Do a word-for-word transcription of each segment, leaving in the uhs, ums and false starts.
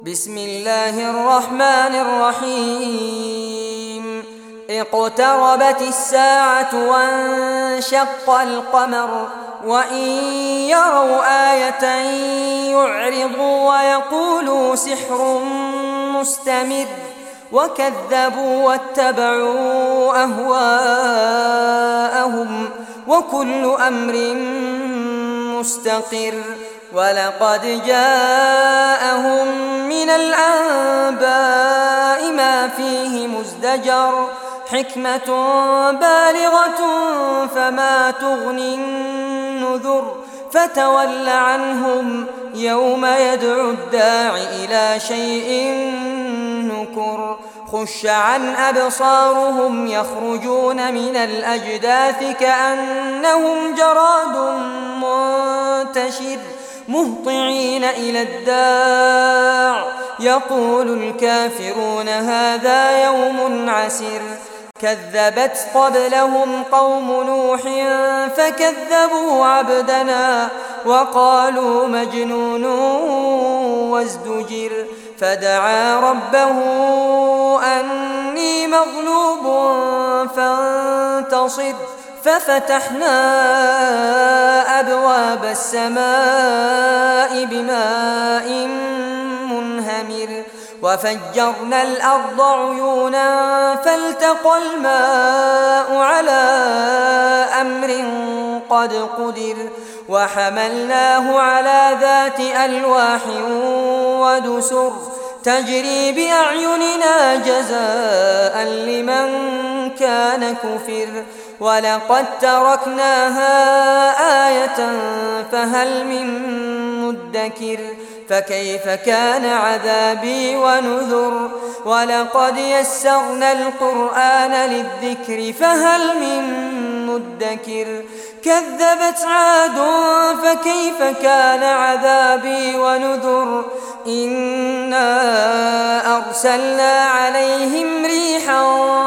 بسم الله الرحمن الرحيم اقتربت الساعة وانشق القمر وإن يروا آية يعرضوا ويقولوا سحر مستمر وكذبوا واتبعوا أهواءهم وكل أمر مستقر ولقد جاءهم من الأنباء ما فيه مزدجر حكمة بالغة فما تغني النذر فتول عنهم يوم يدعو الداع إلى شيء نكر خش عن أبصارهم يخرجون من الأجداث كأنهم جراد منتشر مهطعين إلى الداع يقول الكافرون هذا يوم عسر كذبت قبلهم قوم نوح فكذبوا عبدنا وقالوا مجنون وازدجر فدعا ربه أني مغلوب فانتصر ففتحنا أبواب السماء بماء منهمر وفجرنا الأرض عيونا فالتقى الماء على أمر قد قدر وحملناه على ذات ألواح ودسر تجري بأعيننا جزاء لمن كان كفر ولقد تركناها آية فهل من مدكر فكيف كان عذابي ونذر ولقد يسرنا القرآن للذكر فهل من مدكر كذبت عاد فكيف كان عذابي ونذر إنا أرسلنا عليهم ريحا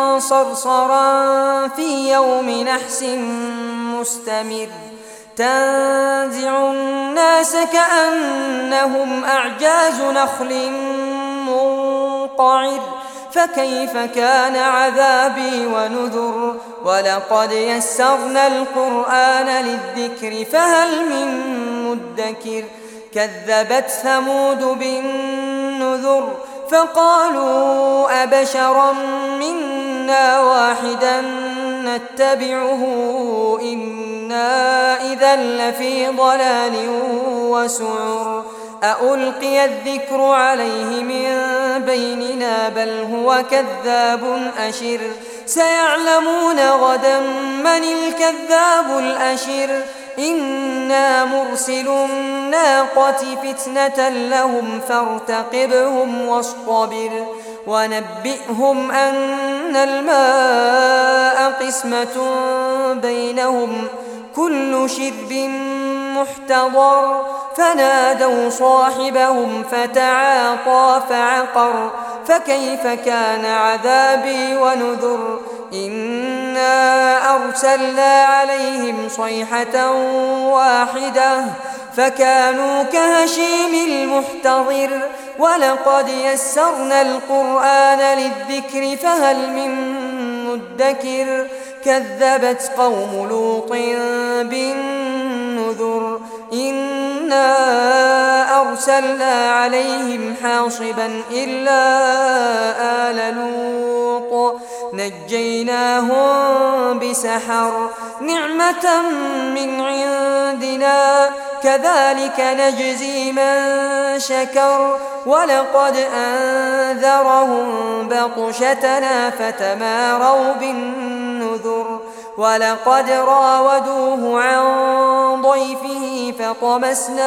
صرصرا في يوم نحس مستمر تنزع الناس كأنهم أعجاز نخل منقعر فكيف كان عذابي ونذر ولقد يسرنا القرآن للذكر فهل من مدكر كذبت ثمود بالنذر فقالوا أبشرا منا واحدا نتبعه إنا إذا لفي ضلال وسعر أألقي الذكر عليه من بيننا بل هو كذاب أشر سيعلمون غدا من الكذاب الأشر إنا مرسل الناقة فتنة لهم فارتقبهم واصطبر ونبئهم أن الماء قسمة بينهم كل شرب محتضر فنادوا صاحبهم فتعاطى فعقر فكيف كان عذابي ونذر إنا أرسلنا عليهم صيحة واحدة فكانوا كهشيم المحتضر ولقد يسرنا القرآن للذكر فهل من مدكر كذبت قوم لوط بالنذر إنا أرسلنا عليهم حاصبا إلا آل لوط نجيناهم بسحر نعمة من عندنا كذلك نجزي من شكر ولقد أنذرهم بطشتنا فتماروا بالنذر ولقد راودوه عن ضيفه فطمسنا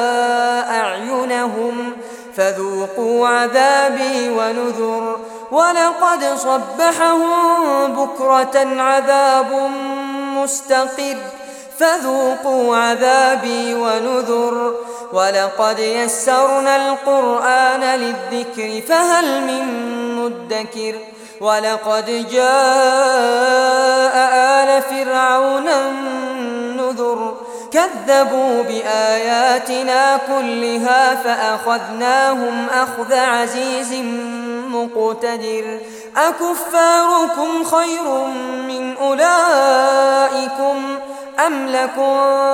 أعينهم فذوقوا عذابي ونذر ولقد صبحهم بكرة عذاب مستقر فذوقوا عذابي ونذر ولقد يسرنا القرآن للذكر فهل من مدكر ولقد جاء آل فرعون النذر كذبوا بآياتنا كلها فأخذناهم أخذ عزيز مقتدر أكفاركم خير من أولئكم أم لكم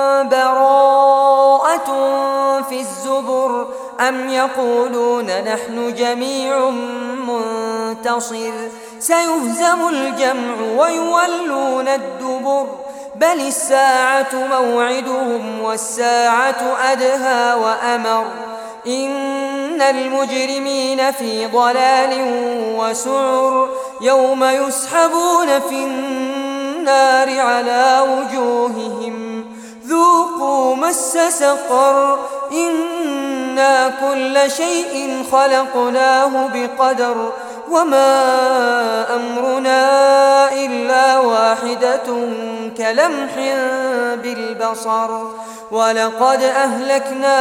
براءة في الزبر أم يقولون نحن جميع منتصر سيهزم الجمع ويولون الدبر بل الساعة موعدهم والساعة أدهى وأمر إن المجرمين في ضلال وسعر يوم يسحبون في النار على وجوههم ذوقوا مس سقر إنا كل شيء خلقناه بقدر وما أمرنا إلا واحدة كلمح بالبصر ولقد أهلكنا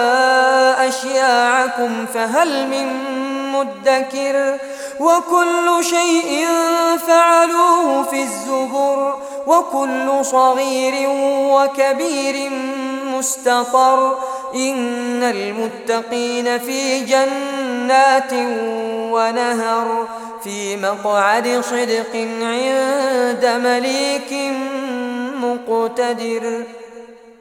أشياعكم فهل من مدكر وكل شيء فعلوه في الزبر وكل صغير وكبير مستطر إن المتقين في جنات ونهر في مقعد صدق عند مليك مقتدر.